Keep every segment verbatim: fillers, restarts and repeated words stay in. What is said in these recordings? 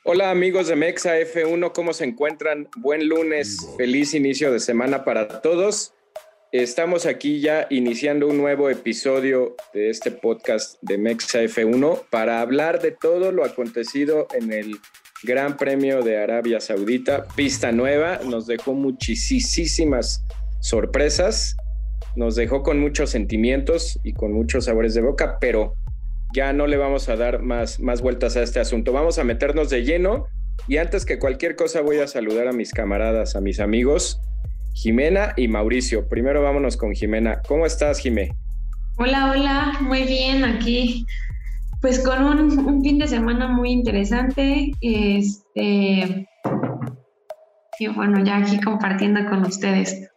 Hola amigos de Mexa F uno, ¿cómo se encuentran? Buen lunes, feliz inicio de semana para todos. Estamos aquí ya iniciando un nuevo episodio de este podcast de Mexa F uno para hablar de todo lo acontecido en el Gran Premio de Arabia Saudita. Pista nueva, nos dejó muchísimas sorpresas, nos dejó con muchos sentimientos y con muchos sabores de boca, pero ya no le vamos a dar más, más vueltas a este asunto. Vamos a meternos de lleno y antes que cualquier cosa voy a saludar a mis camaradas, a mis amigos, Jimena y Mauricio. Primero vámonos con Jimena. ¿Cómo estás, Jimé? Hola, hola, muy bien aquí. Pues con un, un fin de semana muy interesante. Este, y bueno, ya aquí compartiendo con ustedes.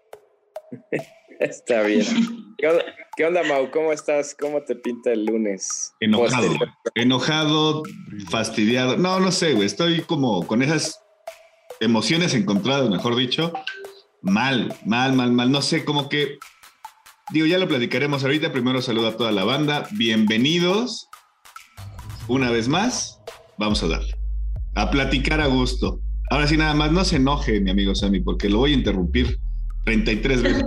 Está bien. ¿Qué onda, ¿Qué onda, Mau? ¿Cómo estás? ¿Cómo te pinta el lunes? Enojado, Posterior. enojado, fastidiado. No, no sé, güey. Estoy como con esas emociones encontradas, mejor dicho. Mal, mal, mal, mal. No sé, como que... Digo, ya lo platicaremos ahorita. Primero saludo a toda la banda. Bienvenidos. Una vez más, vamos a darle. A platicar a gusto. Ahora sí, nada más, no se enoje, mi amigo Sammy, porque lo voy a interrumpir treinta y tres veces.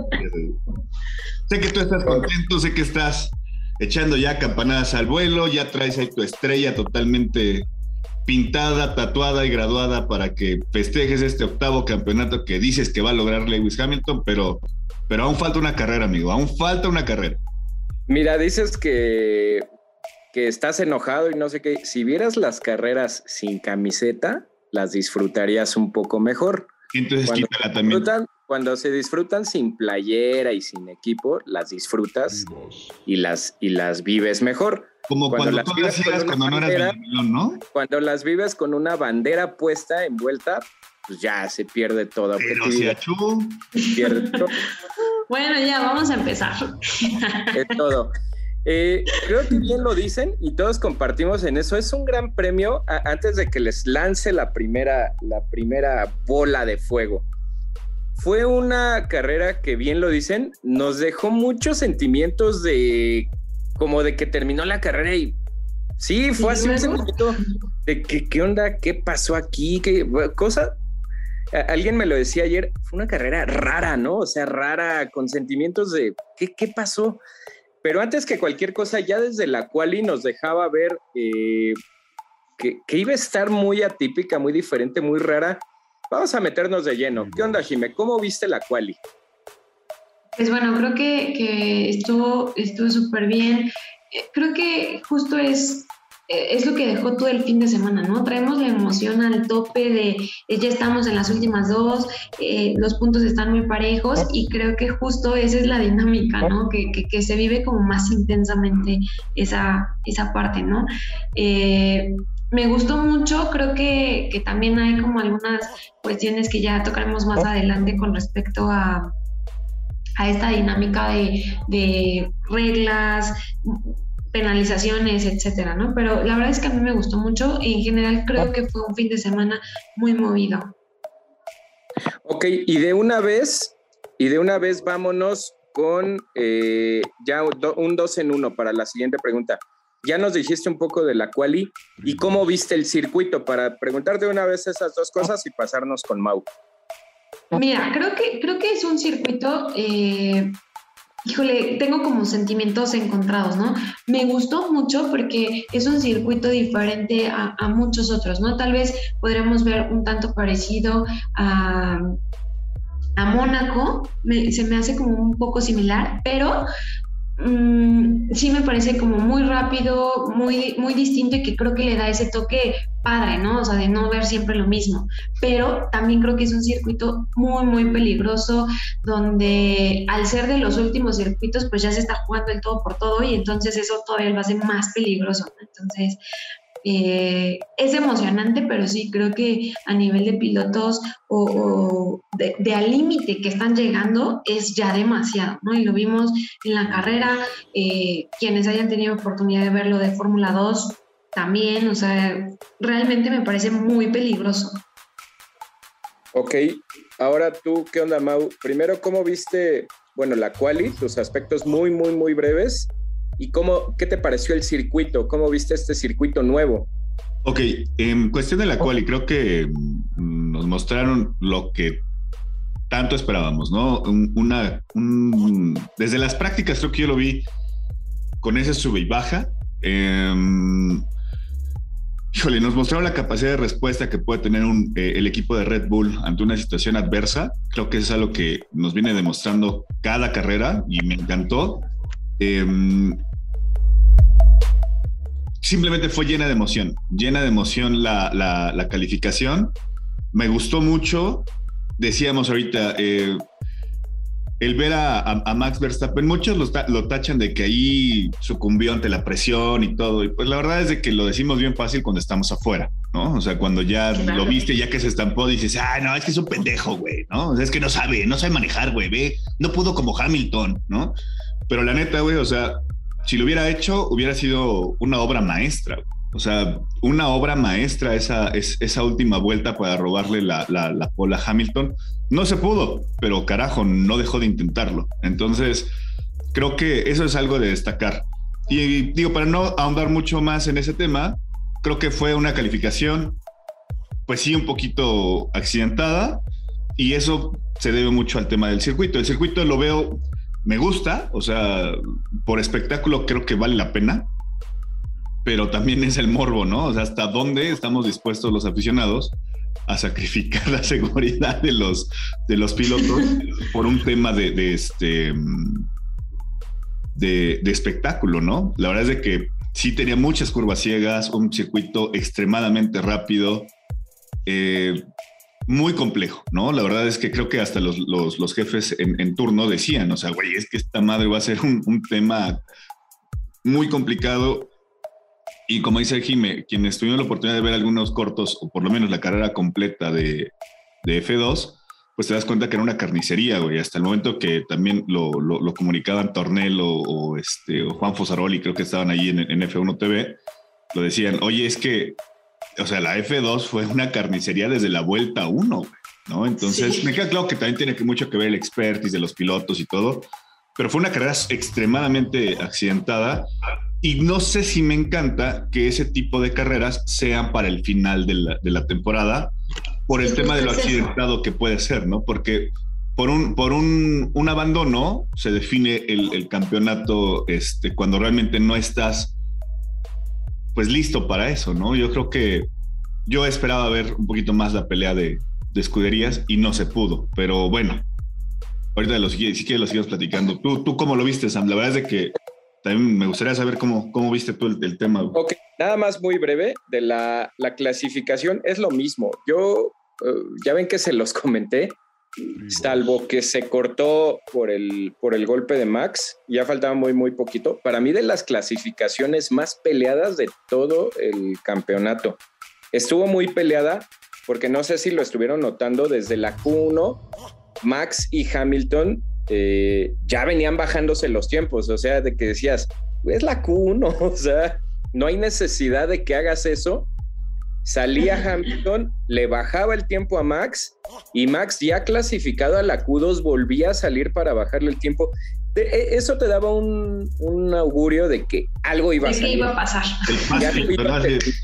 Sé que tú estás contento, sé que estás echando ya campanadas al vuelo, ya traes ahí tu estrella totalmente pintada, tatuada y graduada para que festejes este octavo campeonato que dices que va a lograr Lewis Hamilton, pero, pero aún falta una carrera, amigo, aún falta una carrera. Mira, dices que, que estás enojado y no sé qué. Si vieras las carreras sin camiseta, las disfrutarías un poco mejor. Entonces Cuando quítala también. Cuando se disfrutan sin playera y sin equipo, las disfrutas y las, y las vives mejor. Como cuando, cuando las tú vives hacías cuando no eras Melón, ¿no? Cuando las vives con una bandera puesta, envuelta, pues ya se pierde toda objetividad. Se pierde todo. Bueno, ya vamos a empezar. Es todo. Eh, creo que bien lo dicen y todos compartimos en eso. Es un gran premio a, antes de que les lance la primera, la primera bola de fuego. Fue una carrera que, bien lo dicen, nos dejó muchos sentimientos de como de que terminó la carrera y sí, fue así un sentimiento de que qué onda, qué pasó aquí, qué cosa. Alguien me lo decía ayer, fue una carrera rara, ¿no? O sea, rara, con sentimientos de qué, qué pasó. Pero antes que cualquier cosa, ya desde la quali nos dejaba ver eh, que, que iba a estar muy atípica, muy diferente, muy rara. Vamos a meternos de lleno. ¿Qué onda, Jimé? ¿Cómo viste la quali? Pues bueno, creo que, que estuvo estuvo súper bien. Creo que justo es, es lo que dejó todo el fin de semana, ¿no? Traemos la emoción al tope de ya estamos en las últimas dos, eh, los puntos están muy parejos y creo que justo esa es la dinámica, ¿no? Que, que, que se vive como más intensamente esa, esa parte, ¿no? Eh, Me gustó mucho, creo que, que también hay como algunas cuestiones que ya tocaremos más adelante con respecto a, a esta dinámica de, de reglas, penalizaciones, etcétera, ¿no? Pero la verdad es que a mí me gustó mucho y en general creo que fue un fin de semana muy movido. Ok, y de una vez, y de una vez vámonos con eh, ya un dos en uno para la siguiente pregunta. Ya nos dijiste un poco de la quali y cómo viste el circuito para preguntarte una vez esas dos cosas y pasarnos con Mau. Mira, creo que, creo que es un circuito, eh, híjole, tengo como sentimientos encontrados, ¿no? Me gustó mucho porque es un circuito diferente a, a muchos otros, ¿no? Tal vez podríamos ver un tanto parecido a... a Mónaco, me, se me hace como un poco similar, pero mm, sí me parece como muy rápido, muy, muy distinto y que creo que le da ese toque padre, ¿no? O sea, de no ver siempre lo mismo. Pero también creo que es un circuito muy, muy peligroso, donde al ser de los últimos circuitos, pues ya se está jugando el todo por todo y entonces eso todavía lo hace más peligroso, ¿no? Entonces... Eh, es emocionante, pero sí creo que a nivel de pilotos o, o de, de al límite que están llegando es ya demasiado, ¿no? Y lo vimos en la carrera, eh, quienes hayan tenido oportunidad de verlo de Fórmula dos también, o sea, realmente me parece muy peligroso. Ok, ahora tú, ¿qué onda, Mau? Primero, ¿cómo viste, bueno, la quali, tus aspectos muy, muy, muy breves? ¿Y cómo, qué te pareció el circuito? ¿Cómo viste este circuito nuevo? Ok, en cuestión de la cual, y creo que nos mostraron lo que tanto esperábamos, ¿no? Una, un, desde las prácticas creo que yo lo vi con ese sube y baja. Eh, híjole, nos mostraron la capacidad de respuesta que puede tener un, eh, el equipo de Red Bull ante una situación adversa. Creo que eso es algo que nos viene demostrando cada carrera y me encantó. Eh, simplemente fue llena de emoción, llena de emoción la, la, la calificación. Me gustó mucho. Decíamos ahorita, eh, el ver a, a, a Max Verstappen, muchos lo, lo tachan de que ahí sucumbió ante la presión y todo, y pues la verdad es de que lo decimos bien fácil cuando estamos afuera, ¿no? O sea, cuando ya claro. Lo viste, ya que se estampó, dices, ah, no, es que es un pendejo, güey, ¿no? O sea, es que no sabe, no sabe manejar, güey, ve, no pudo como Hamilton, ¿no? Pero la neta, güey, o sea, si lo hubiera hecho, hubiera sido una obra maestra, güey. O sea, una obra maestra esa, esa última vuelta para robarle la, la, la pole a Hamilton. No se pudo, pero carajo, no dejó de intentarlo. Entonces, creo que eso es algo de destacar. Y digo, para no ahondar mucho más en ese tema, creo que fue una calificación, pues sí, un poquito accidentada. Y eso se debe mucho al tema del circuito. El circuito lo veo, me gusta, o sea, por espectáculo creo que vale la pena. Pero también es el morbo, ¿no? O sea, ¿hasta dónde estamos dispuestos los aficionados a sacrificar la seguridad de los, de los pilotos por un tema de, de, este, de, de espectáculo, ¿no? La verdad es de que sí tenía muchas curvas ciegas, un circuito extremadamente rápido, eh, muy complejo, ¿no? La verdad es que creo que hasta los, los, los jefes en, en turno decían, o sea, güey, es que esta madre va a ser un, un tema muy complicado. Y como dice Jime, quienes tuvieron la oportunidad de ver algunos cortos, o por lo menos la carrera completa de, de F dos, pues te das cuenta que era una carnicería, güey. Hasta el momento que también lo, lo, lo comunicaban Tornel o, o, este, o Juan Fosaroli, creo que estaban ahí en, en F uno T V, lo decían, oye, es que, o sea, la F dos fue una carnicería desde la vuelta uno, güey, ¿no? Entonces, sí. Me queda claro que también tiene mucho que ver el expertise de los pilotos y todo, pero fue una carrera extremadamente accidentada. Y no sé si me encanta que ese tipo de carreras sean para el final de la, de la temporada por el tema de lo accidentado que puede ser, ¿no? Porque por un, por un, un abandono se define el, el campeonato este, cuando realmente no estás pues listo para eso, ¿no? Yo creo que yo esperaba ver un poquito más la pelea de, de escuderías y no se pudo, pero bueno, ahorita lo, si quieres lo sigamos platicando. ¿Tú, ¿Tú cómo lo viste, Sam? La verdad es de que también me gustaría saber cómo, cómo viste tú el, el tema. Ok, nada más muy breve de la, la clasificación, es lo mismo. Yo, uh, ya ven que se los comenté, salvo que se cortó por el, por el golpe de Max, ya faltaba muy, muy poquito. Para mí, de las clasificaciones más peleadas de todo el campeonato. Estuvo muy peleada porque no sé si lo estuvieron notando desde la Q uno, Max y Hamilton Eh, ya venían bajándose los tiempos, o sea, de que decías, es la Q uno, o sea, no hay necesidad de que hagas eso. Salía Hamilton, le bajaba el tiempo a Max y Max, ya clasificado a la Q dos, volvía a salir para bajarle el tiempo. De, eso te daba un, un augurio de que algo iba a salir. De que iba a pasar. Ya iba a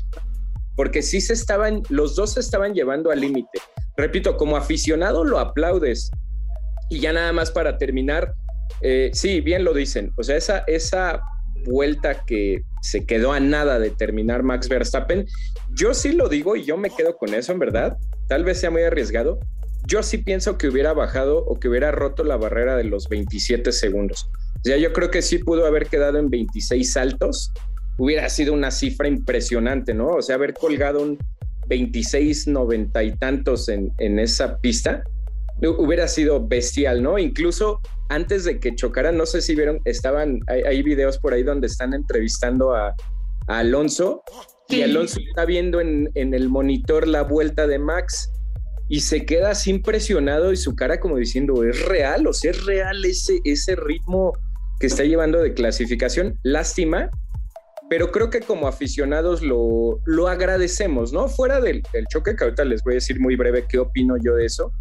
porque sí se estaban, los dos se estaban llevando al límite. Repito, como aficionado lo aplaudes. Y ya nada más para terminar, eh, sí, bien lo dicen, o sea, esa, esa vuelta que se quedó a nada de terminar Max Verstappen, yo sí lo digo y yo me quedo con eso, en verdad, tal vez sea muy arriesgado, yo sí pienso que hubiera bajado o que hubiera roto la barrera de los veintisiete segundos, o sea, yo creo que sí pudo haber quedado en veintiséis saltos, hubiera sido una cifra impresionante, ¿no? O sea, haber colgado un veintiséis noventa y tantos en, en esa pista, hubiera sido bestial, ¿no? Incluso antes de que chocaran, no sé si vieron, estaban, hay, hay videos por ahí donde están entrevistando a, a Alonso, sí. Y Alonso está viendo en, en el monitor la vuelta de Max y se queda así impresionado y su cara como diciendo, ¿es real? O sea, ¿es real ese, ese ritmo que está llevando de clasificación? Lástima, pero creo que como aficionados lo, lo agradecemos, ¿no? Fuera del, del choque, que ahorita les voy a decir muy breve qué opino yo de eso.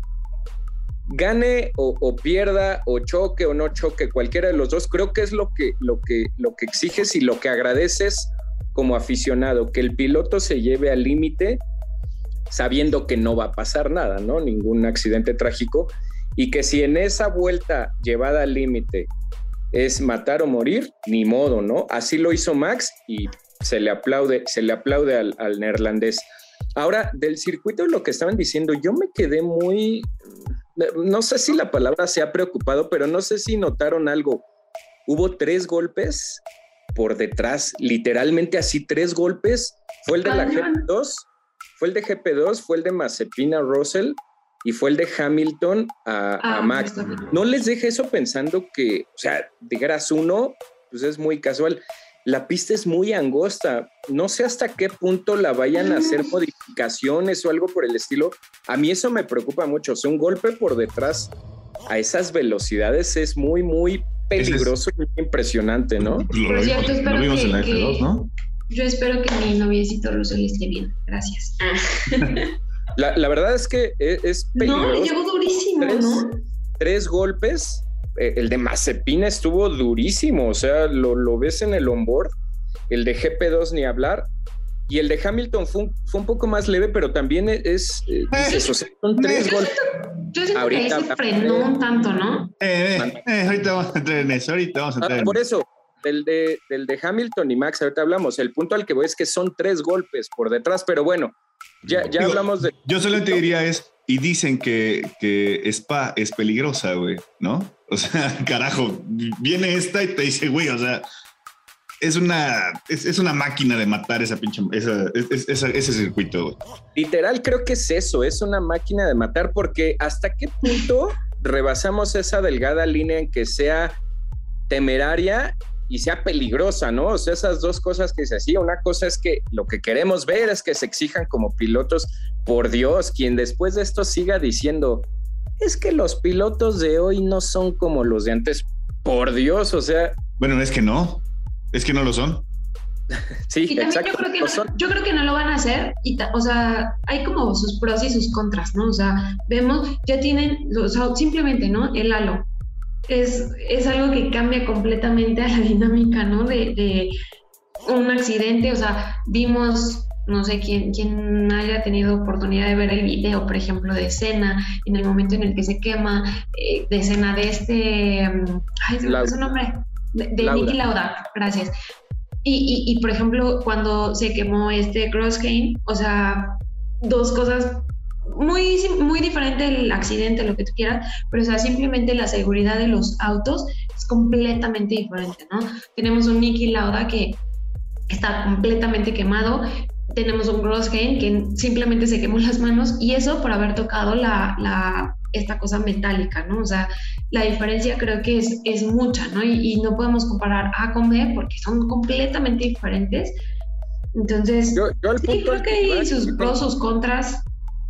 Gane o, o pierda o choque o no choque cualquiera de los dos, creo que es lo que, lo que, lo que exiges y lo que agradeces como aficionado, que el piloto se lleve al límite sabiendo que no va a pasar nada, ¿no? Ningún accidente trágico, y que si en esa vuelta llevada al límite es matar o morir, ni modo, ¿no? Así lo hizo Max y se le aplaude, se le aplaude al, al neerlandés. Ahora, del circuito, lo que estaban diciendo, yo me quedé muy, no sé si la palabra se ha preocupado, pero no sé si notaron algo. Hubo tres golpes por detrás, literalmente así, tres golpes. Fue el de la G P dos, fue el de G P dos, fue el de Mazepin a Russell y fue el de Hamilton a, ah, a Max. No les deje eso pensando que, o sea, dijeras uno, pues es muy casual. La pista es muy angosta. No sé hasta qué punto la vayan a hacer modificaciones o algo por el estilo. A mí eso me preocupa mucho. O sea, un golpe por detrás a esas velocidades es muy, muy peligroso y es... impresionante, ¿no? Lo, lo, vimos, lo vimos que, en la F dos, ¿no? Yo espero que mi noviecito Russell esté bien. Gracias. La, la verdad es que es, es peligroso. No, llegó durísimo, tres, ¿no? Tres golpes. Eh, el de Mazepin estuvo durísimo. O sea, lo, lo ves en el onboard. El de G P dos ni hablar. Y el de Hamilton fue un, fue un poco más leve, pero también es... Eh, dices, o sea, son tres yo golpes. Siento, yo siento ahorita, que ahí se frenó un tanto, ¿no? Eh, eh, eh, ahorita vamos a entrar en eso. Ahorita vamos a entrar ah, en Por eso. eso... Del de, del de Hamilton y Max, ahorita hablamos. El punto al que voy es que son tres golpes por detrás, pero bueno, ya, ya Digo, hablamos de... Yo solamente diría es, y dicen que, que Spa es peligrosa, güey, ¿no? O sea, carajo, viene esta y te dice, güey, o sea, es una, es, es una máquina de matar esa pinche, esa, esa, esa, ese circuito, güey. Literal, creo que es eso, es una máquina de matar, porque hasta qué punto rebasamos esa delgada línea en que sea temeraria y sea peligrosa, ¿no? O sea, esas dos cosas que se hacía. Una cosa es que lo que queremos ver es que se exijan como pilotos. Por Dios, quien después de esto siga diciendo, es que los pilotos de hoy no son como los de antes. Por Dios, o sea... Bueno, es que no. Es que no lo son. Sí, y exacto. Yo creo, que no, son. yo creo que no lo van a hacer. Y ta, o sea, hay como sus pros y sus contras, ¿no? O sea, vemos, ya tienen, o sea, simplemente, ¿no? El halo. Es, es algo que cambia completamente a la dinámica, ¿no? De, de un accidente, o sea, vimos, no sé, quién, quién haya tenido oportunidad de ver el video, por ejemplo, de Senna, en el momento en el que se quema, eh, de Senna de este, ay, se me fue su nombre, de, de Niki Lauda, gracias. Y, y, y, por ejemplo, cuando se quemó este Grosjean, o sea, dos cosas... Muy, muy diferente el accidente, lo que tú quieras, pero o sea, simplemente la seguridad de los autos es completamente diferente, ¿no? Tenemos un Niki Lauda que está completamente quemado, tenemos un Grosjean que simplemente se quemó las manos, y eso por haber tocado la, la, esta cosa metálica, ¿no? O sea, la diferencia creo que es, es mucha, ¿no? Y, y no podemos comparar A con B porque son completamente diferentes. Entonces, yo, yo sí, creo que hay sus pros, sus contras.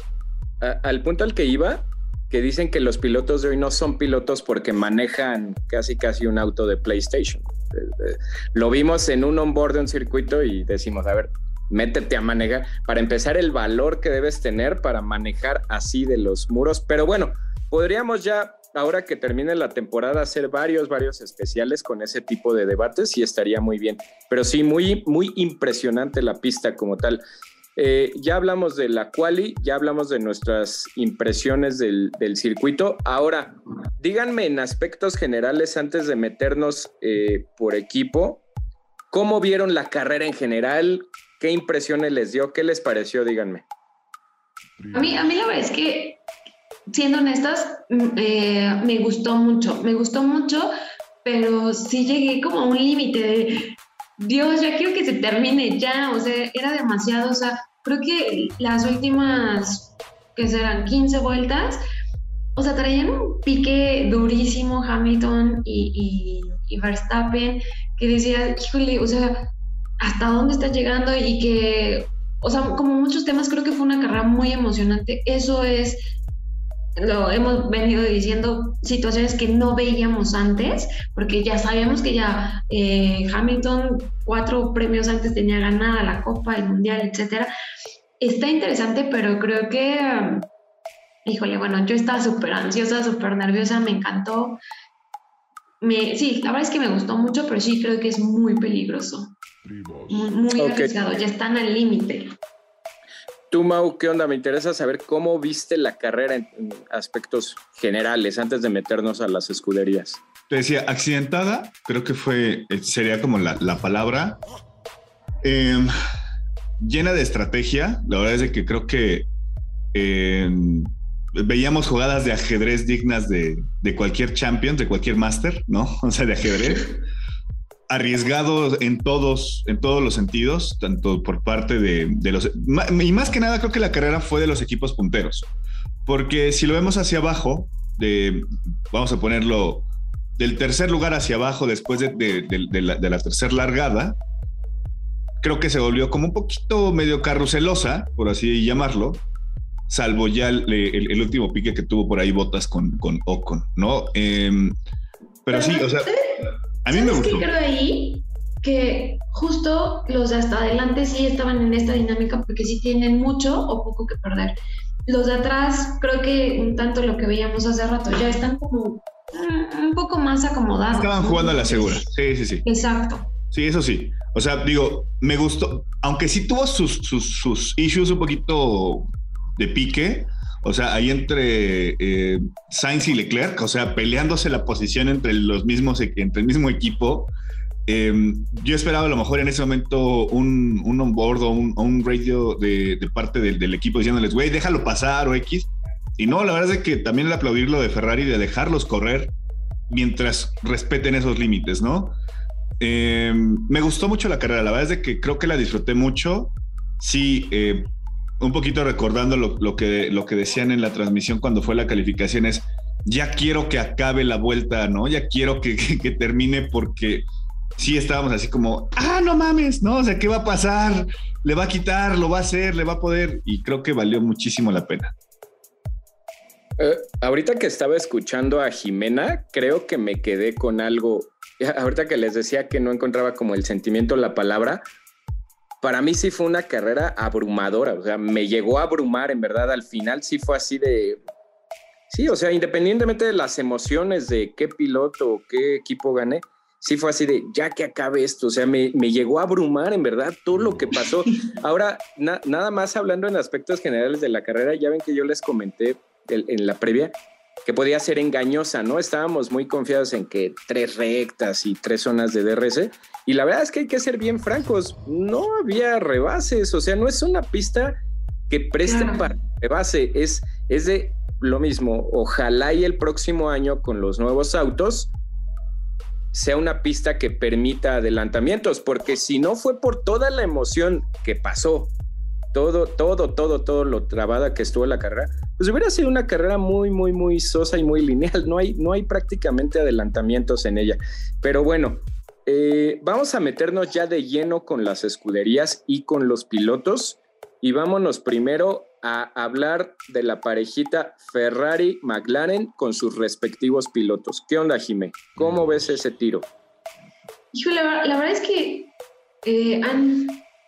Al punto al que iba, que dicen que los pilotos de hoy no son pilotos porque manejan casi casi un auto de PlayStation. Lo vimos en un onboard de un circuito y decimos, a ver, métete a manejar. Para empezar, el valor que debes tener para manejar así de los muros. Pero bueno, podríamos ya, ahora que termine la temporada, hacer varios, varios especiales con ese tipo de debates y estaría muy bien. Pero sí, muy, muy impresionante la pista como tal. Eh, ya hablamos de la quali, ya hablamos de nuestras impresiones del, del circuito. Ahora, díganme en aspectos generales, antes de meternos eh, por equipo, ¿cómo vieron la carrera en general? ¿Qué impresiones les dio? ¿Qué les pareció? Díganme. A mí, a mí la verdad es que, siendo honestas, eh, me gustó mucho, me gustó mucho, pero sí llegué como a un límite de... Dios, ya quiero que se termine ya, o sea, era demasiado, o sea, creo que las últimas, que serán quince vueltas, o sea, traían un pique durísimo Hamilton y, y, y Verstappen, que decía, híjole, o sea, ¿hasta dónde está llegando? Y que, o sea, como muchos temas, creo que fue una carrera muy emocionante. Eso es, lo hemos venido diciendo, situaciones que no veíamos antes, porque ya sabíamos que ya eh, Hamilton cuatro premios antes tenía ganada la Copa, el Mundial, etcétera. Está interesante, pero creo que, um, híjole, bueno, yo estaba súper ansiosa, súper nerviosa, me encantó. Me, sí, la verdad es que me gustó mucho, pero sí creo que es muy peligroso. muy, muy okay. arriesgado, ya están al límite. Tú, Mau, ¿qué onda? Me interesa saber cómo viste la carrera en, en aspectos generales antes de meternos a las escuderías. Te decía, accidentada, creo que fue, sería como la, la palabra, eh, llena de estrategia. La verdad es de que creo que eh, veíamos jugadas de ajedrez dignas de, de cualquier champion, de cualquier máster, ¿no? O sea, de ajedrez. Arriesgado en todos, en todos los sentidos, tanto por parte de, de los... Y más que nada creo que la carrera fue de los equipos punteros, porque si lo vemos hacia abajo, de, vamos a ponerlo del tercer lugar hacia abajo después de, de, de, de la, de la tercera largada, creo que se volvió como un poquito medio carruselosa, por así llamarlo, salvo ya el, el, el último pique que tuvo por ahí Bottas con, con Ocon, ¿no? Eh, pero sí, o sea... A mí me gustó. ¿Sabes qué creo ahí? Que justo los de hasta adelante sí estaban en esta dinámica porque sí tienen mucho o poco que perder. Los de atrás, creo que un tanto lo que veíamos hace rato, ya están como un poco más acomodados. Estaban jugando a la segura. Sí, sí, sí. Exacto. Sí, eso sí. O sea, digo, me gustó, aunque sí tuvo sus, sus, sus issues un poquito de pique. O sea, ahí entre eh, Sainz y Leclerc, o sea, peleándose la posición entre los mismos, entre el mismo equipo. Eh, yo esperaba a lo mejor en ese momento un, un onboard o un, un radio de, de parte del, del equipo diciéndoles, güey, déjalo pasar o X. Y no, la verdad es que también el aplaudirlo de Ferrari, de dejarlos correr mientras respeten esos límites, ¿no? Eh, me gustó mucho la carrera, la verdad es de que creo que la disfruté mucho. Sí, eh, un poquito recordando lo, lo, que, lo que decían en la transmisión cuando fue la calificación es, ya quiero que acabe la vuelta, ¿no? Ya quiero que, que, que termine porque sí estábamos así como, ah, no mames, ¿no? O sea, ¿qué va a pasar? Le va a quitar, lo va a hacer, le va a poder, y creo que valió muchísimo la pena. Uh, ahorita que estaba escuchando a Jimena, creo que me quedé con algo, ahorita que les decía que no encontraba como el sentimiento, la palabra. Para mí sí fue una carrera abrumadora, o sea, me llegó a abrumar, en verdad, al final sí fue así de... Sí, o sea, independientemente de las emociones de qué piloto o qué equipo gané, sí fue así de, ya que acabe esto, o sea, me, me llegó a abrumar, en verdad, todo lo que pasó. Ahora, na, nada más hablando en aspectos generales de la carrera, ya ven que yo les comenté el, en la previa, que podía ser engañosa, ¿no? Estábamos muy confiados en que tres rectas y tres zonas de D R S, y la verdad es que hay que ser bien francos, no había rebases, o sea, no es una pista que preste claro. para rebase, es, es de lo mismo, ojalá y el próximo año con los nuevos autos sea una pista que permita adelantamientos, porque si no fue por toda la emoción que pasó, todo, todo, todo, todo lo trabada que estuvo la carrera, pues hubiera sido una carrera muy, muy, muy sosa y muy lineal. No hay, no hay prácticamente adelantamientos en ella. Pero bueno, eh, vamos a meternos ya de lleno con las escuderías y con los pilotos. Y vámonos primero a hablar de la parejita Ferrari-McLaren con sus respectivos pilotos. ¿Qué onda, Jimé? ¿Cómo ves ese tiro? Hijo, la, la verdad es que eh, han...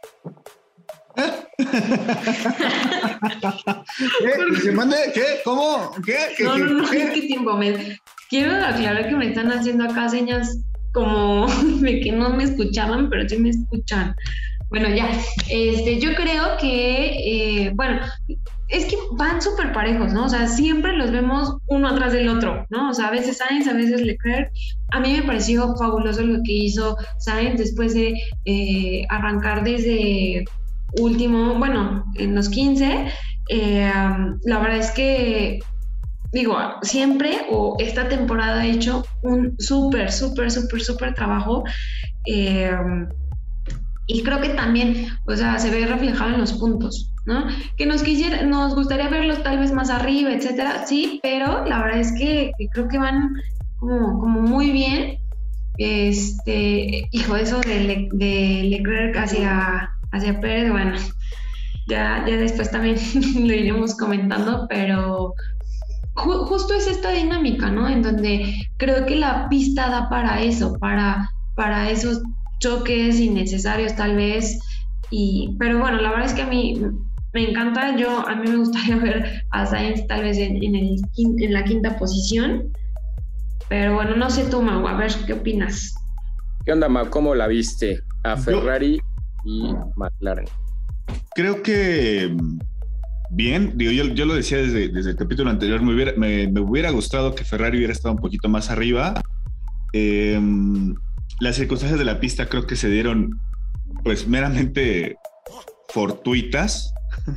¿Qué? ¿Se mande? ¿Qué? ¿Cómo? ¿Qué? ¿Qué? No, no, no, ¿Qué? ¿qué tiempo? Me... Quiero aclarar que me están haciendo acá señas como de que no me escuchaban, pero sí me escuchan. Bueno, ya, este, yo creo que, eh, bueno, es que van súper parejos, ¿no? O sea, siempre los vemos uno atrás del otro, ¿no? O sea, a veces Sainz, a veces Leclerc. A mí me pareció fabuloso lo que hizo Sainz después de eh, arrancar desde último, bueno, en los quince. Eh, la verdad es que, digo, siempre o esta temporada ha hecho un súper, súper, súper, súper trabajo. Eh, Y creo que también, o sea, se ve reflejado en los puntos, ¿no? Que nos quisiera, nos gustaría verlos tal vez más arriba, etcétera, sí, pero la verdad es que, que creo que van como, como muy bien. Este, hijo, eso de, Le, de Leclerc hacia, hacia Pérez, bueno, ya, ya después también lo iremos comentando, pero ju, justo es esta dinámica, ¿no? En donde creo que la pista da para eso, para, para esos choques innecesarios tal vez, y pero bueno, la verdad es que a mí me encanta. Yo a mí me gustaría ver a Sainz tal vez en, en, el, en la quinta posición, pero bueno, no sé tú, Mau, a ver qué opinas. ¿Qué onda, Mau? ¿Cómo la viste? a Ferrari yo, y McLaren. Creo que bien, digo, yo, yo lo decía desde, desde el capítulo anterior, me hubiera, me, me hubiera gustado que Ferrari hubiera estado un poquito más arriba. Eh, las circunstancias de la pista creo que se dieron pues meramente fortuitas.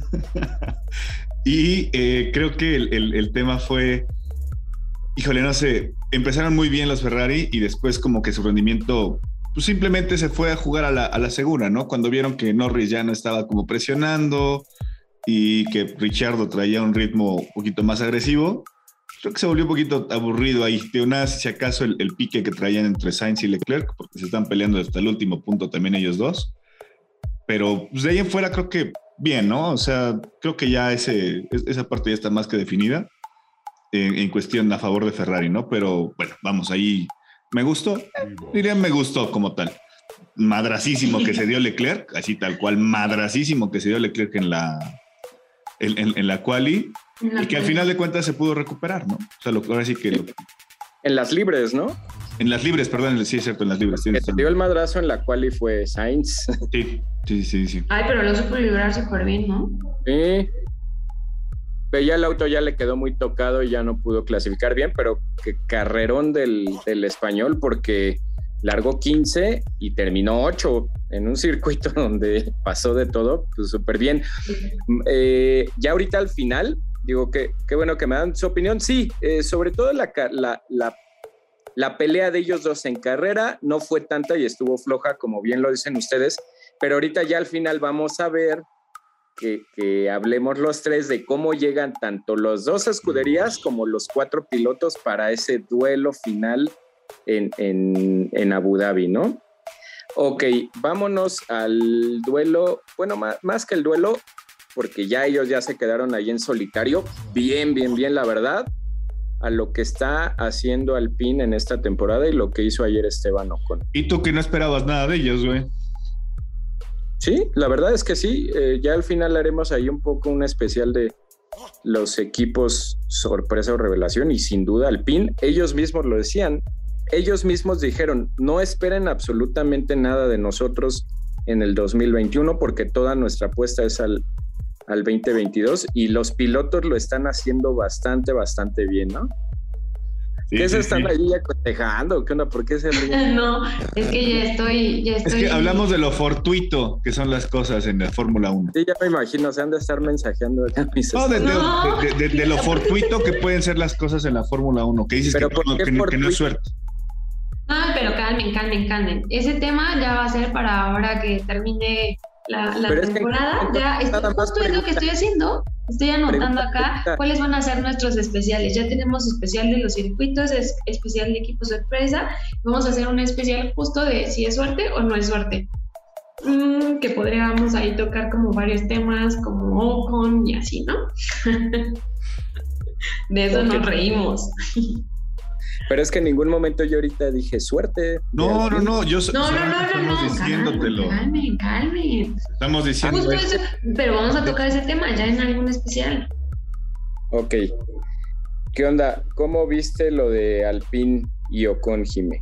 Y eh, creo que el, el, el tema fue, híjole, no sé, empezaron muy bien los Ferrari y después como que su rendimiento pues simplemente se fue a jugar a la, a la segura, ¿no? Cuando vieron que Norris ya no estaba como presionando y que Ricciardo traía un ritmo un poquito más agresivo, creo que se volvió un poquito aburrido ahí. De una, si acaso, el, el pique que traían entre Sainz y Leclerc, porque se están peleando hasta el último punto también ellos dos. Pero pues, de ahí en fuera creo que bien, ¿no? O sea, creo que ya ese, esa parte ya está más que definida en, en cuestión a favor de Ferrari, ¿no? Pero bueno, vamos, ahí me gustó, diría me gustó como tal. Madrasísimo que se dio Leclerc, así tal cual, madrasísimo que se dio Leclerc en la, en, en, en la quali, y que al final de cuentas se pudo recuperar, ¿no? O sea, lo, ahora sí que... Lo, en las libres, ¿no? En las libres, perdón, sí es cierto, en las libres. Que se dio el madrazo en la quali fue Sainz. Sí, sí, sí, sí. Ay, pero lo supo librar súper bien, ¿no? Sí. Pero ya el auto ya le quedó muy tocado y ya no pudo clasificar bien, pero que carrerón del, del español porque largó quince y terminó ocho en un circuito donde pasó de todo, pues súper bien. Eh, ya ahorita al final, digo que qué bueno que me dan su opinión. Sí, eh, sobre todo la, la, la, la pelea de ellos dos en carrera no fue tanta y estuvo floja, como bien lo dicen ustedes, pero ahorita ya al final vamos a ver Que, que hablemos los tres de cómo llegan tanto los dos escuderías como los cuatro pilotos para ese duelo final en, en, en Abu Dhabi, ¿no? Ok, vámonos al duelo, bueno, más, más que el duelo, porque ya ellos ya se quedaron ahí en solitario, bien, bien, bien, la verdad, a lo que está haciendo Alpine en esta temporada y lo que hizo ayer Esteban Ocon. ¿Y tú que no esperabas nada de ellos, güey? Sí, la verdad es que sí, eh, ya al final haremos ahí un poco un especial de los equipos sorpresa o revelación y sin duda Alpine, ellos mismos lo decían, ellos mismos dijeron, no esperen absolutamente nada de nosotros en el dos mil veintiuno porque toda nuestra apuesta es al, al veinte veintidós y los pilotos lo están haciendo bastante, bastante bien, ¿no? Sí, ¿Qué sí, se están sí. ahí acotejando? ¿Qué onda? ¿Por qué se ríen? No, es que ya estoy, ya estoy... Es que hablamos de lo fortuito que son las cosas en la Fórmula uno. Sí, ya me imagino, se han de estar mensajeando. No, de, no. De, de, de, de lo fortuito que pueden ser las cosas en la Fórmula uno, que dices que, que, que, que no es suerte. No, pero calmen, calmen, calmen. Ese tema ya va a ser para ahora que termine la, la temporada. Es que, ya esto, justo es lo que estoy haciendo. Estoy anotando acá cuáles van a ser nuestros especiales. Ya tenemos especial de los circuitos, es especial de equipos sorpresa. Vamos a hacer un especial justo de si es suerte o no es suerte. Mm, que podríamos ahí tocar como varios temas, como Ocon y así, ¿no? De eso okay. Nos reímos. Pero es que en ningún momento yo ahorita dije suerte. No, no, no, yo no, no, no, no, estamos no, diciéndotelo. Calmen, calmen. Estamos diciendo. Justo eso, pero vamos a tocar ese tema ya en algún especial. Ok. ¿Qué onda? ¿Cómo viste lo de Alpine y Ocon, Jimé?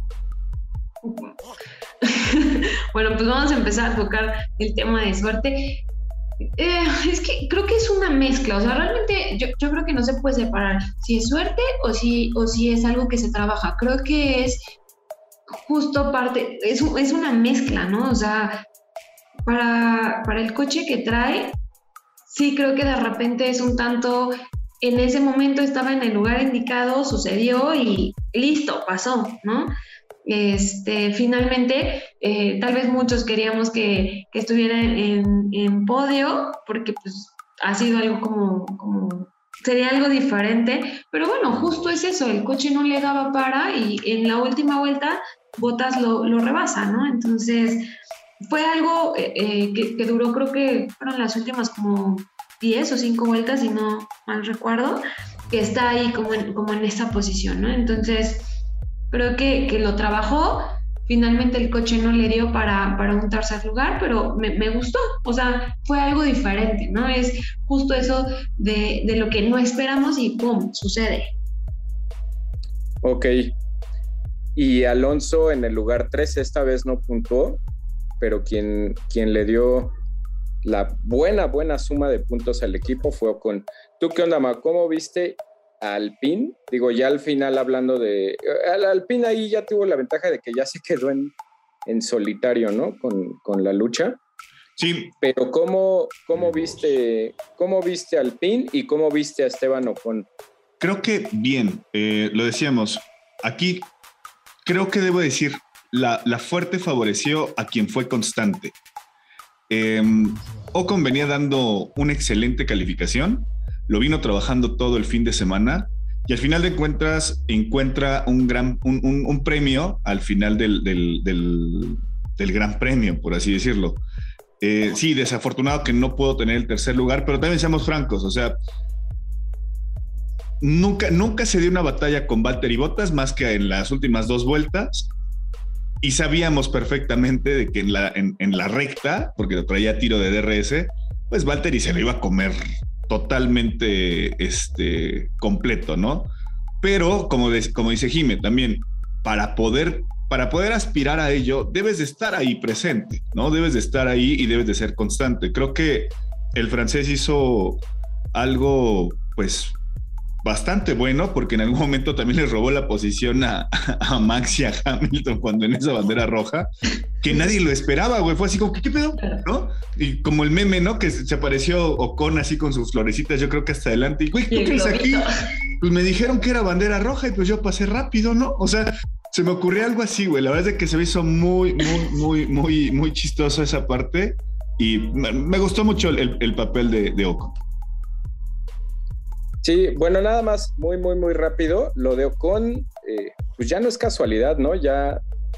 Bueno, pues vamos a empezar a tocar el tema de suerte. Eh, es que creo que es una mezcla, o sea, realmente yo, yo creo que no se puede separar si es suerte o si, o si es algo que se trabaja. Creo que es justo parte, es, es una mezcla, ¿no? O sea, para, para el coche que trae, sí creo que de repente es un tanto, en ese momento estaba en el lugar indicado, sucedió y listo, pasó, ¿no? Este, finalmente, eh, tal vez muchos queríamos que, que estuviera en, en podio, porque pues ha sido algo como, como, sería algo diferente, pero bueno, justo es eso, el coche no le daba para y en la última vuelta Bottas lo, lo rebasa, ¿no? Entonces, fue algo eh, que, que duró, creo que fueron las últimas como diez o cinco vueltas, si no mal recuerdo, que está ahí como en, como en esa posición, ¿no? Entonces, creo que, que lo trabajó, finalmente el coche no le dio para, para un tercer lugar, pero me, me gustó, o sea, fue algo diferente, ¿no? Es justo eso de, de lo que no esperamos y ¡pum!, sucede. Ok, y Alonso en el lugar tres esta vez no puntuó, pero quien, quien le dio la buena, buena suma de puntos al equipo fue Ocon. ¿Tú qué onda, Ma? ¿Cómo viste a Alpine? Digo, ya al final hablando de... Alpine ahí ya tuvo la ventaja de que ya se quedó en, en solitario, ¿no? Con, con la lucha. Sí. Pero ¿cómo, cómo viste cómo viste a Alpine y cómo viste a Esteban Ocon? Creo que bien, eh, lo decíamos, aquí creo que debo decir, la, la fuerte favoreció a quien fue constante. Eh, Ocon venía dando una excelente calificación, lo vino trabajando todo el fin de semana y al final de cuentas encuentra un, gran, un, un, un premio al final del, del, del, del gran premio, por así decirlo. Eh, sí, desafortunado que no puedo tener el tercer lugar, pero también seamos francos, o sea, nunca, nunca se dio una batalla con Valtteri Bottas más que en las últimas dos vueltas. Y sabíamos perfectamente de que en la, en, en la recta, porque lo traía tiro de D R S, pues Valtteri se lo iba a comer totalmente este, completo, ¿no? Pero, como, de, como dice Jime, también, para poder, para poder aspirar a ello, debes de estar ahí presente, ¿no? Debes de estar ahí y debes de ser constante. Creo que el francés hizo algo, pues, bastante bueno, porque en algún momento también le robó la posición a, a Max y a Hamilton cuando en esa bandera roja, que nadie lo esperaba, güey, fue así como, ¿qué, qué pedo? ¿No? Y como el meme, ¿no? Que se apareció Ocon así con sus florecitas, yo creo que hasta adelante, y güey, ¿tú qué es aquí? Pues me dijeron que era bandera roja y pues yo pasé rápido, ¿no? O sea, se me ocurrió algo así, güey, la verdad es que se me hizo muy, muy, muy, muy, muy chistoso esa parte y me, me gustó mucho el, el papel de, de Ocon. Sí, bueno, nada más, muy, muy, muy rápido. Lo de Ocon, eh, pues ya no es casualidad, ¿no? Ya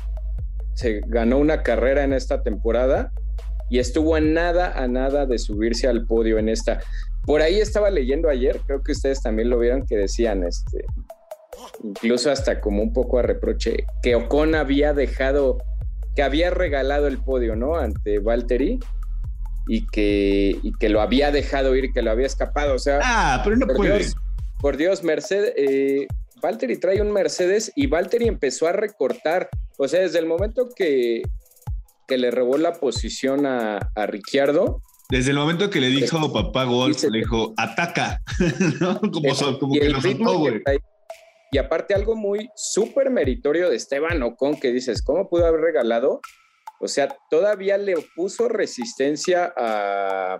se ganó una carrera en esta temporada y estuvo a nada, a nada de subirse al podio en esta. Por ahí estaba leyendo ayer, creo que ustedes también lo vieron, que decían, este, incluso hasta como un poco a reproche, que Ocon había dejado, que había regalado el podio, ¿no? Ante Valtteri. Y que, y que lo había dejado ir, que lo había escapado, o sea... Ah, pero no por puede. Dios, por Dios, Mercedes... Eh, Valtteri trae un Mercedes y Valtteri empezó a recortar, o sea, desde el momento que, que le robó la posición a, a Ricciardo... Desde el momento que le dijo eh, papá Golf, le dijo, ataca, ¿no? Como, el, como que lo soltó, güey. Y aparte algo muy súper meritorio de Esteban Ocon, que dices, ¿cómo pudo haber regalado? O sea, todavía le puso resistencia a,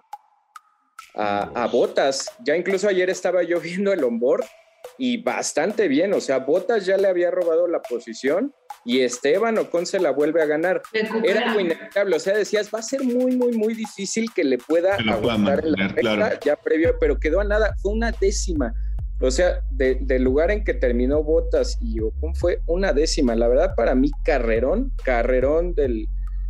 a, a Bottas. Ya incluso ayer estaba yo viendo el onboard y bastante bien. O sea, Bottas ya le había robado la posición y Esteban Ocon se la vuelve a ganar. Era muy inevitable. O sea, decías, va a ser muy, muy, muy difícil que le pueda aguantar en la recta, claro. Ya previo, pero quedó a nada. Fue una décima. O sea, de, del lugar en que terminó Bottas y Ocon fue una décima. La verdad, para mí, carrerón, carrerón del...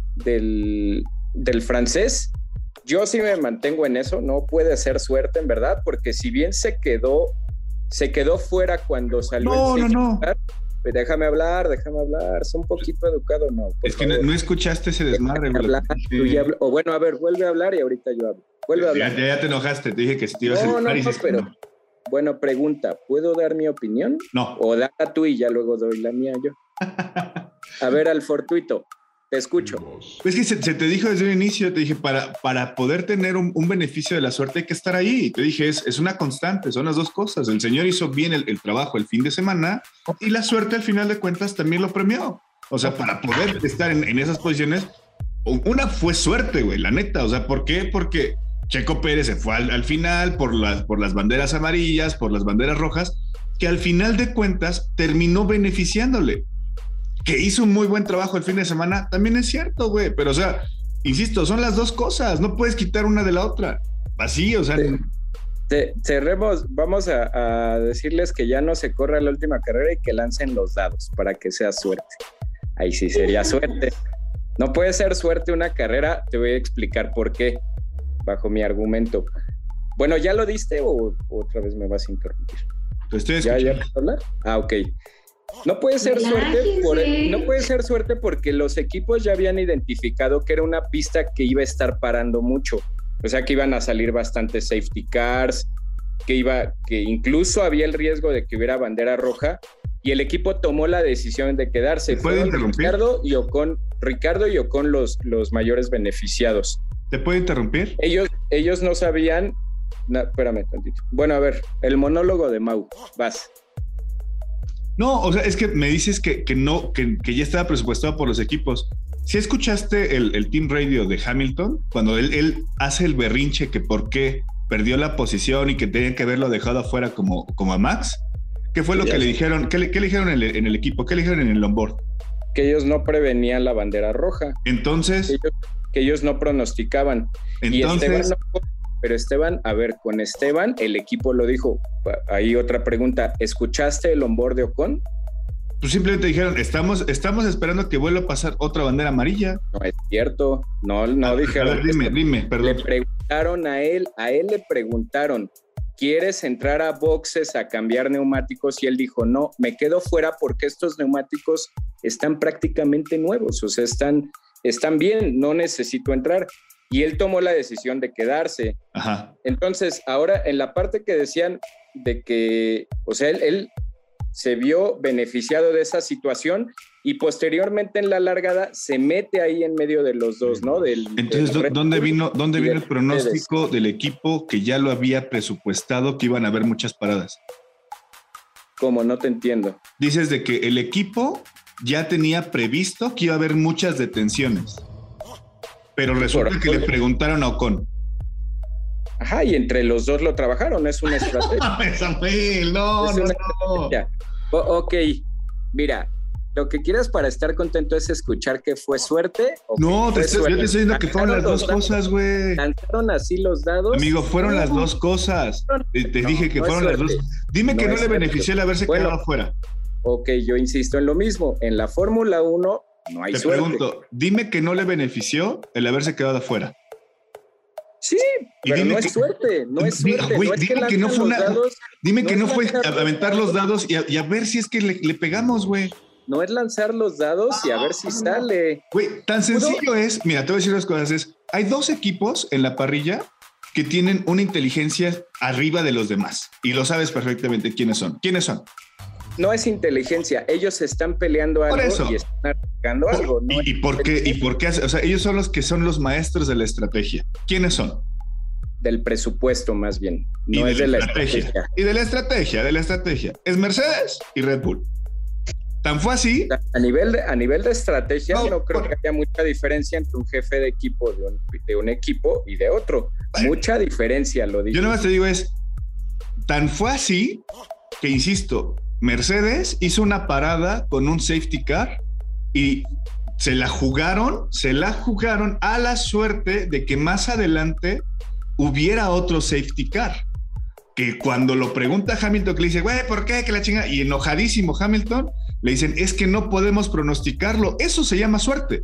Del, del francés. Yo sí me mantengo en eso, no puede ser suerte en verdad, porque si bien se quedó se quedó fuera cuando salió no, el no, no. Pues déjame hablar, déjame hablar, soy un poquito educado, no. Es que no, no escuchaste ese desmadre, hablar, sí. habl- o bueno, a ver, vuelve a hablar y ahorita yo hablo. Vuelve a hablar. Ya, ya te enojaste, te dije que si te ibas no, a no, enojar. No, pero, no. Bueno, pregunta, ¿puedo dar mi opinión? No. O dala tú y ya luego doy la mía yo. A ver, al fortuito. Te escucho. Es que se, se te dijo desde el inicio, te dije, para, para poder tener un, un beneficio de la suerte hay que estar ahí. Te dije, es, es una constante, son las dos cosas. El señor hizo bien el, el trabajo el fin de semana y la suerte al final de cuentas también lo premió. O sea, para poder estar en, en esas posiciones, una fue suerte, güey, la neta. O sea, ¿por qué? Porque Checo Pérez se fue al, al final por las, por las banderas amarillas, por las banderas rojas, que al final de cuentas terminó beneficiándole. Que hizo un muy buen trabajo el fin de semana, también es cierto, güey, pero o sea, insisto, son las dos cosas, no puedes quitar una de la otra, así, o sea... Te, te, cerremos, vamos a, a decirles que ya no se corra la última carrera y que lancen los dados para que sea suerte, ahí sí sería suerte, no puede ser suerte una carrera, te voy a explicar por qué, bajo mi argumento. Bueno, ¿ya lo diste o, o otra vez me vas a interrumpir? Te estoy ¿Ya, escuchando. ¿Ya vas a hablar? Ah, ok. No puede ser suerte, por, no puede ser suerte porque los equipos ya habían identificado que era una pista que iba a estar parando mucho, o sea que iban a salir bastantes safety cars, que iba, que incluso había el riesgo de que hubiera bandera roja y el equipo tomó la decisión de quedarse. ¿Puede interrumpir? Ricardo y Ocon, Ricardo y Ocon los, los mayores beneficiados. ¿Te puedo interrumpir? Ellos, ellos no sabían... No, espérame tantito. Bueno, a ver, el monólogo de Mau, vas. No, o sea, es que me dices que, que no, que, que ya estaba presupuestado por los equipos. ¿Sí escuchaste el, el team radio de Hamilton? Cuando él, él hace el berrinche que por qué perdió la posición y que tenían que haberlo dejado afuera como, como a Max. ¿Qué fue lo sí, que le dijeron? ¿Qué le, qué le dijeron en el, en el equipo? ¿Qué le dijeron en el onboard? Que ellos no prevenían la bandera roja. Entonces... Que ellos, que ellos no pronosticaban. Entonces... Y Esteban no, pero Esteban, a ver, con Esteban el equipo lo dijo. Ahí otra pregunta, ¿escuchaste el onboard de Ocon? Pues simplemente dijeron, estamos, estamos esperando que vuelva a pasar otra bandera amarilla. No es cierto, no, no a, dijeron. A ver, dime, dime, perdón. Le preguntaron a él, a él le preguntaron, ¿quieres entrar a boxes a cambiar neumáticos? Y él dijo, no, me quedo fuera porque estos neumáticos están prácticamente nuevos, o sea, están, están bien, no necesito entrar. Y él tomó la decisión de quedarse. Ajá. Entonces, ahora en la parte que decían de que, o sea, él, él se vio beneficiado de esa situación y posteriormente en la largada se mete ahí en medio de los dos, ¿no? Del, Entonces, del ¿dónde vino, dónde vino el pronóstico del equipo que ya lo había presupuestado que iban a haber muchas paradas? ¿Cómo? No te entiendo. Dices de que el equipo ya tenía previsto que iba a haber muchas detenciones. Pero resulta Por que le preguntaron a Ocon. Ajá, y entre los dos lo trabajaron, es una estrategia. Samuel, no, es no, una no. Estrategia. O, ok, mira, lo que quieras para estar contento es escuchar que fue suerte. O no, te estoy, yo te estoy diciendo que fueron las dos dados, cosas, güey. Lanzaron así los dados. Amigo, fueron no, las dos cosas. Te, te no, dije que no fueron las dos. Dime no que no le benefició el haberse bueno, quedado afuera. Ok, yo insisto en lo mismo. En la Fórmula uno no hay te suerte. Te pregunto, dime que no le benefició el haberse quedado afuera. Sí, y pero no que, es suerte, no es suerte. Wey, no es dime que, que no fue una, dados, dime no que no fue a aventar los dados y a, y a ver si es que le, le pegamos, güey. No es lanzar los dados y a ver si sale. Güey, tan sencillo ¿Puro? es, mira, te voy a decir las cosas, es, hay dos equipos en la parrilla que tienen una inteligencia arriba de los demás y lo sabes perfectamente quiénes son. ¿Quiénes son? No es inteligencia, ellos están peleando algo y están atacando algo. ¿no? ¿Y, y por qué? ¿Y por qué? O sea, ellos son los que son los maestros de la estrategia. ¿Quiénes son? Del presupuesto, más bien. No y de es la de la estrategia. estrategia. Y de la estrategia, de la estrategia. Es Mercedes y Red Bull. Tan fue así. A nivel de, a nivel de estrategia, no, no creo por... que haya mucha diferencia entre un jefe de equipo de un, de un equipo y de otro. Bueno, mucha diferencia, lo digo. Yo nada más te digo es, tan fue así que, insisto, Mercedes hizo una parada con un safety car y se la jugaron, se la jugaron a la suerte de que más adelante hubiera otro safety car. Que cuando lo pregunta Hamilton, que le dice, güey, ¿por qué? Que la chinga. Y enojadísimo Hamilton, le dicen, es que no podemos pronosticarlo. Eso se llama suerte.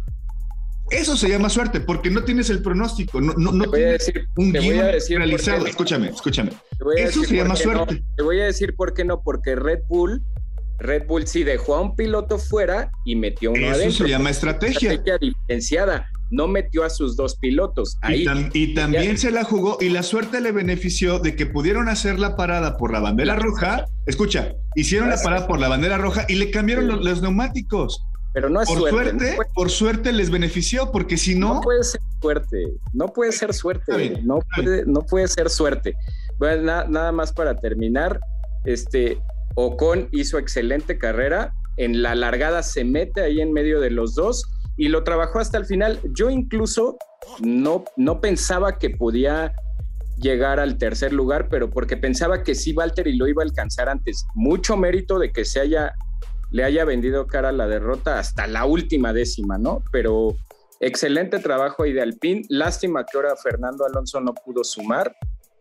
Eso se llama suerte, porque no tienes el pronóstico, no, no, no tienes decir, un guión realizado. Escúchame, escúchame. Eso se llama suerte. No. Te voy a decir por qué no, porque Red Bull, Red Bull sí dejó a un piloto fuera y metió uno Eso adentro. Eso se llama estrategia. Estrategia diferenciada. No metió a sus dos pilotos. Ahí. Y, tam y también ya. se la jugó y la suerte le benefició de que pudieron hacer la parada por la bandera roja. Escucha, hicieron la parada por la bandera roja y le cambiaron sí. los, los neumáticos. Pero no es por suerte. suerte no puede, por suerte les benefició, porque si no... No puede ser suerte, no puede ser suerte, bien, no, puede, no puede ser suerte. Bueno, na, nada más para terminar, este, Ocon hizo excelente carrera, en la largada se mete ahí en medio de los dos y lo trabajó hasta el final. Yo incluso no, no pensaba que podía llegar al tercer lugar, pero porque pensaba que sí Valtteri lo iba a alcanzar antes. Mucho mérito de que se haya... le haya vendido cara a la derrota hasta la última décima, ¿no? Pero excelente trabajo ahí de Alpine. Lástima que ahora Fernando Alonso no pudo sumar,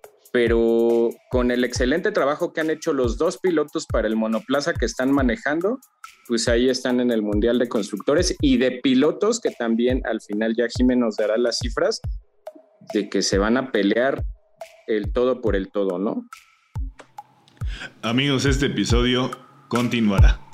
pero con el excelente trabajo que han hecho los dos pilotos para el monoplaza que están manejando, pues ahí están en el Mundial de Constructores y de pilotos que también al final ya Jimé nos dará las cifras de que se van a pelear el todo por el todo, ¿no? Amigos, este episodio continuará.